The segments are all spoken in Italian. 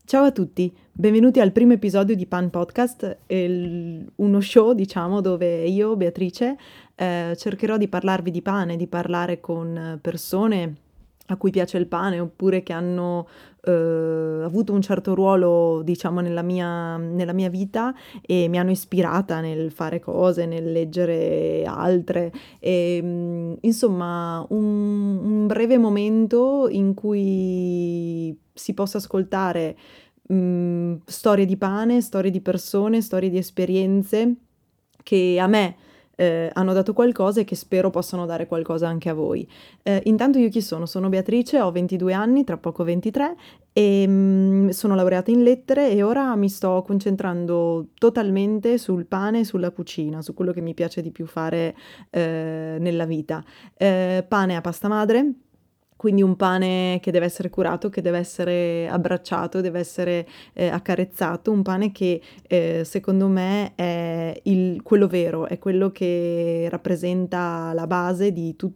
Ciao a tutti, benvenuti al primo episodio di Pan Podcast, uno show, diciamo, dove io, Beatrice, cercherò di parlarvi di pane, di parlare con persone a cui piace il pane oppure che hanno avuto un certo ruolo, diciamo, nella mia vita e mi hanno ispirata nel fare cose, nel leggere altre insomma, un breve momento in cui si possa ascoltare storie di pane, storie di persone, storie di esperienze che a me hanno dato qualcosa e che spero possano dare qualcosa anche a voi. Intanto io chi sono? Sono Beatrice, ho 22 anni, tra poco 23 e sono laureata in lettere e ora mi sto concentrando totalmente sul pane e sulla cucina, su quello che mi piace di più fare nella vita. Pane a pasta madre. Quindi un pane che deve essere curato, che deve essere abbracciato, deve essere accarezzato, un pane che secondo me è quello vero, è quello che rappresenta la base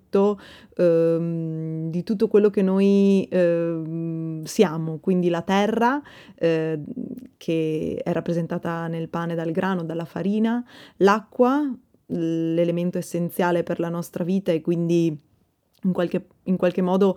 di tutto quello che noi siamo, quindi la terra che è rappresentata nel pane dal grano, dalla farina, l'acqua, l'elemento essenziale per la nostra vita e quindi in qualche modo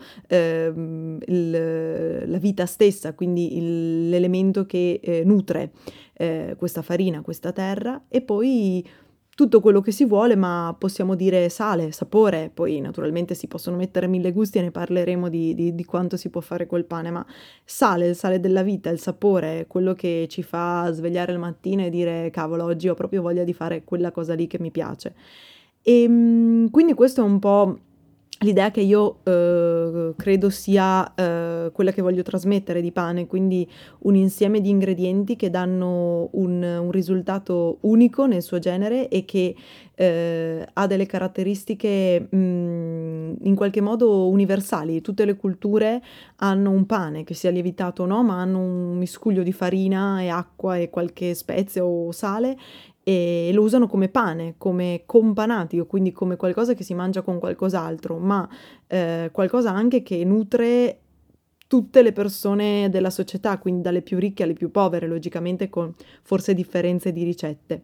la vita stessa, quindi l'elemento che nutre questa farina, questa terra, e poi tutto quello che si vuole, ma possiamo dire sale, sapore, poi naturalmente si possono mettere mille gusti e ne parleremo di quanto si può fare col pane, ma sale, il sale della vita, il sapore, quello che ci fa svegliare al mattino e dire cavolo, oggi ho proprio voglia di fare quella cosa lì che mi piace. Quindi questo è un po' l'idea che io credo sia quella che voglio trasmettere di pane, quindi un insieme di ingredienti che danno un risultato unico nel suo genere e che ha delle caratteristiche in qualche modo universali. Tutte le culture hanno un pane, che sia lievitato o no, ma hanno un miscuglio di farina e acqua e qualche spezia o sale e lo usano come pane, come companatico, quindi come qualcosa che si mangia con qualcos'altro, ma qualcosa anche che nutre tutte le persone della società, quindi dalle più ricche alle più povere, logicamente con forse differenze di ricette.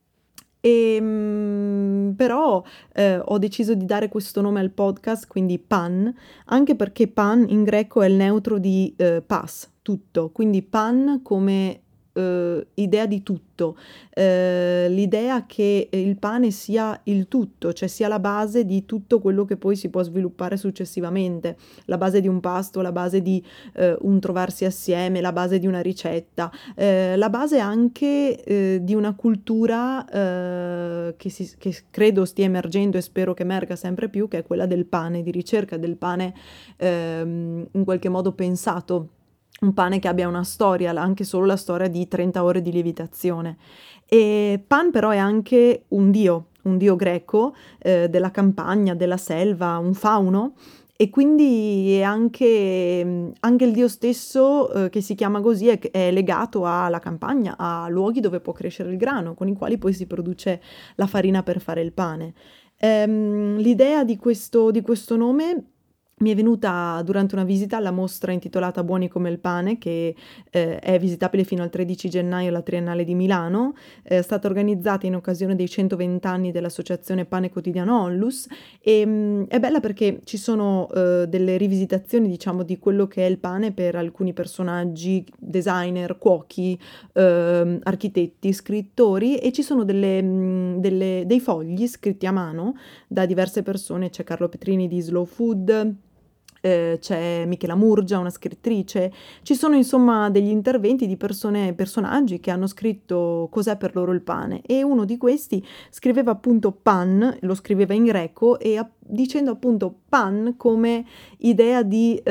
Però ho deciso di dare questo nome al podcast, quindi pan, anche perché pan in greco è il neutro di pas, tutto, quindi pan come idea di tutto, l'idea che il pane sia il tutto, cioè sia la base di tutto quello che poi si può sviluppare successivamente, la base di un pasto, la base di un trovarsi assieme, la base di una ricetta, la base anche di una cultura che credo stia emergendo e spero che emerga sempre più, che è quella del pane, di ricerca del pane in qualche modo pensato. Un pane che abbia una storia, anche solo la storia di 30 ore di lievitazione. E Pan però è anche un dio greco della campagna, della selva, un fauno, e quindi è anche il dio stesso che si chiama così, è legato alla campagna, a luoghi dove può crescere il grano, con i quali poi si produce la farina per fare il pane. L'idea di questo nome mi è venuta durante una visita alla mostra intitolata Buoni come il pane, che è visitabile fino al 13 gennaio alla Triennale di Milano. È stata organizzata in occasione dei 120 anni dell'associazione Pane Quotidiano Onlus e è bella perché ci sono delle rivisitazioni, diciamo, di quello che è il pane per alcuni personaggi, designer, cuochi, architetti, scrittori, e ci sono dei fogli scritti a mano da diverse persone. C'è Carlo Petrini di Slow Food, c'è Michela Murgia, una scrittrice, ci sono insomma degli interventi di personaggi che hanno scritto cos'è per loro il pane, e uno di questi scriveva appunto pan, lo scriveva in greco e dicendo appunto pan come idea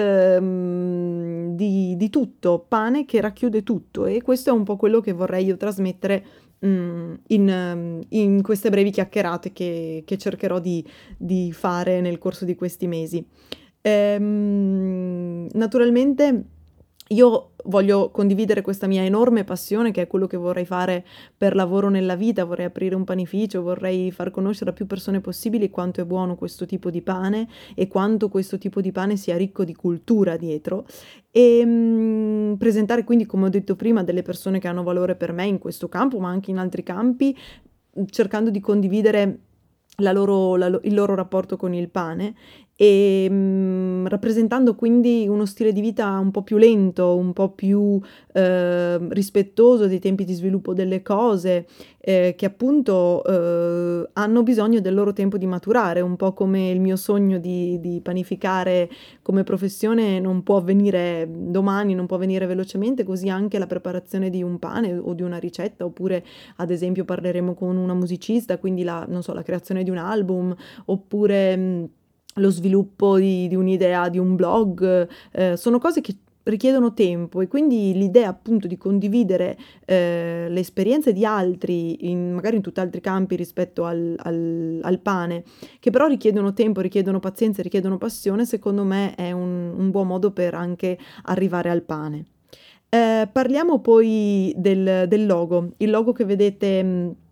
di tutto, pane che racchiude tutto, e questo è un po' quello che vorrei io trasmettere in queste brevi chiacchierate che cercherò di fare nel corso di questi mesi. Naturalmente io voglio condividere questa mia enorme passione, che è quello che vorrei fare per lavoro nella vita, vorrei aprire un panificio, vorrei far conoscere a più persone possibili quanto è buono questo tipo di pane e quanto questo tipo di pane sia ricco di cultura dietro e presentare quindi, come ho detto prima, delle persone che hanno valore per me in questo campo, ma anche in altri campi, cercando di condividere il loro rapporto con il pane e rappresentando quindi uno stile di vita un po' più lento, un po' più rispettoso dei tempi di sviluppo delle cose, che appunto hanno bisogno del loro tempo di maturare, un po' come il mio sogno di panificare come professione non può avvenire domani, non può avvenire velocemente, così anche la preparazione di un pane o di una ricetta, oppure ad esempio parleremo con una musicista, quindi non so, la creazione di un album, oppure lo sviluppo di un'idea, di un blog, sono cose che richiedono tempo e quindi l'idea appunto di condividere le esperienze di altri, magari in tutt'altri campi rispetto al pane, che però richiedono tempo, richiedono pazienza, richiedono passione, secondo me è un buon modo per anche arrivare al pane. Parliamo poi del logo. Il logo che vedete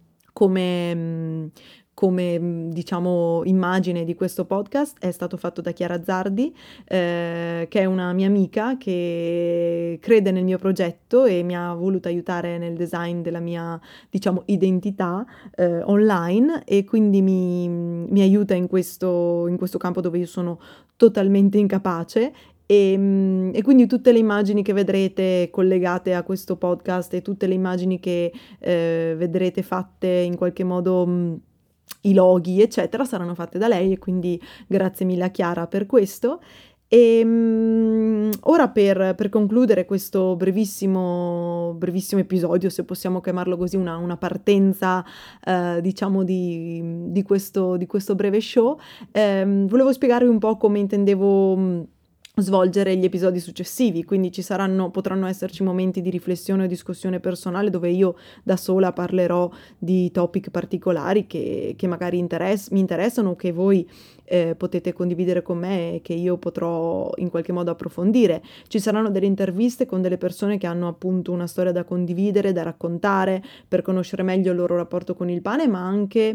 come diciamo immagine di questo podcast è stato fatto da Chiara Zardi, che è una mia amica che crede nel mio progetto e mi ha voluto aiutare nel design della mia, diciamo, identità online e quindi mi aiuta in questo campo dove io sono totalmente incapace. E quindi tutte le immagini che vedrete collegate a questo podcast e tutte le immagini che vedrete fatte in qualche modo, i loghi, eccetera, saranno fatte da lei e quindi grazie mille a Chiara per questo. Ora per concludere questo brevissimo episodio, se possiamo chiamarlo così, una partenza, diciamo di questo breve show, volevo spiegarvi un po' come intendevo svolgere gli episodi successivi, quindi potranno esserci momenti di riflessione o discussione personale dove io da sola parlerò di topic particolari che magari mi interessano o che voi potete condividere con me e che io potrò in qualche modo approfondire. Ci saranno delle interviste con delle persone che hanno appunto una storia da condividere, da raccontare, per conoscere meglio il loro rapporto con il pane, ma anche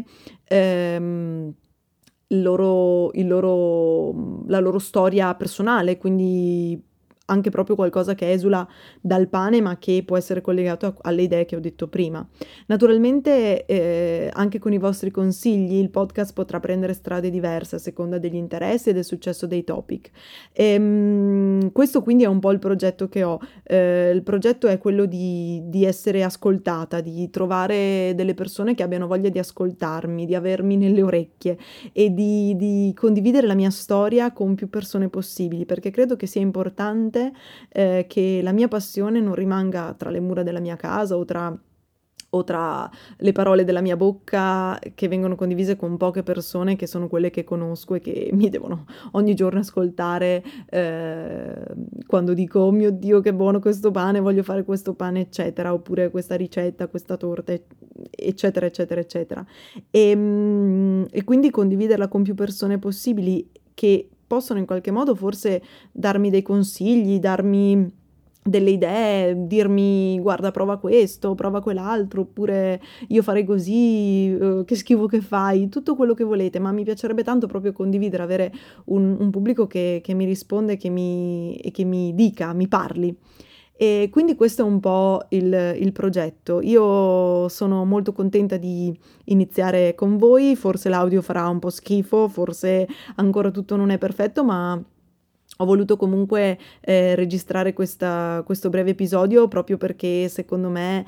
la loro storia personale, quindi anche proprio qualcosa che esula dal pane ma che può essere collegato alle idee che ho detto prima. Naturalmente anche con i vostri consigli il podcast potrà prendere strade diverse a seconda degli interessi e del successo dei topic. Questo quindi è un po' il progetto che ho. Il progetto è quello di essere ascoltata, di trovare delle persone che abbiano voglia di ascoltarmi, di avermi nelle orecchie e di condividere la mia storia con più persone possibili, perché credo che sia importante che la mia passione non rimanga tra le mura della mia casa o tra le parole della mia bocca che vengono condivise con poche persone che sono quelle che conosco e che mi devono ogni giorno ascoltare quando dico oh mio Dio che buono questo pane, voglio fare questo pane eccetera, oppure questa ricetta, questa torta eccetera eccetera eccetera e quindi condividerla con più persone possibili che possono in qualche modo forse darmi dei consigli, darmi delle idee, dirmi guarda prova questo, prova quell'altro, oppure io farei così, che schifo che fai, tutto quello che volete, ma mi piacerebbe tanto proprio condividere, avere un pubblico che mi risponde e che mi dica, mi parli. E quindi questo è un po' il progetto. Io sono molto contenta di iniziare con voi, forse l'audio farà un po' schifo, forse ancora tutto non è perfetto, ma ho voluto comunque registrare questo breve episodio proprio perché secondo me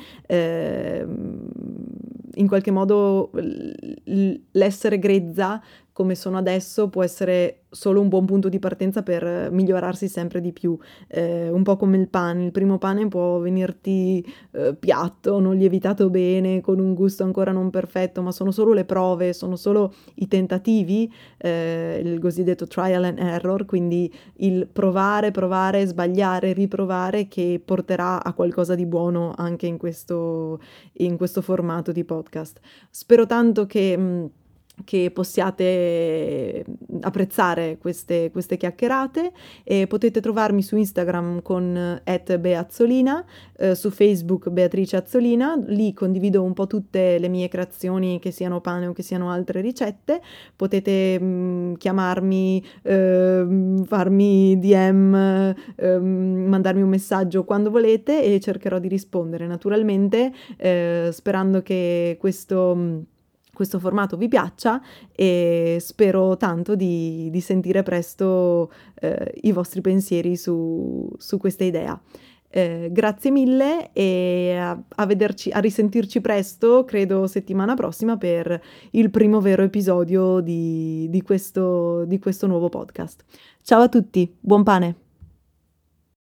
in qualche modo l'essere grezza come sono adesso può essere solo un buon punto di partenza per migliorarsi sempre di più, un po' come il pane. Il primo pane può venirti piatto, non lievitato bene, con un gusto ancora non perfetto, ma sono solo le prove, sono solo i tentativi, il cosiddetto trial and error, quindi il provare, sbagliare, riprovare che porterà a qualcosa di buono anche in questo formato di podcast. Spero tanto che che possiate apprezzare queste chiacchierate, e potete trovarmi su Instagram con @beazzolina, su Facebook Beatrice Azzolina. Lì condivido un po' tutte le mie creazioni, che siano pane o che siano altre ricette. Potete chiamarmi, farmi DM, mandarmi un messaggio quando volete e cercherò di rispondere, naturalmente, sperando che questo formato vi piaccia, e spero tanto di sentire presto i vostri pensieri su questa idea. Grazie mille, e a risentirci presto, credo settimana prossima, per il primo vero episodio di questo nuovo podcast. Ciao a tutti, buon pane!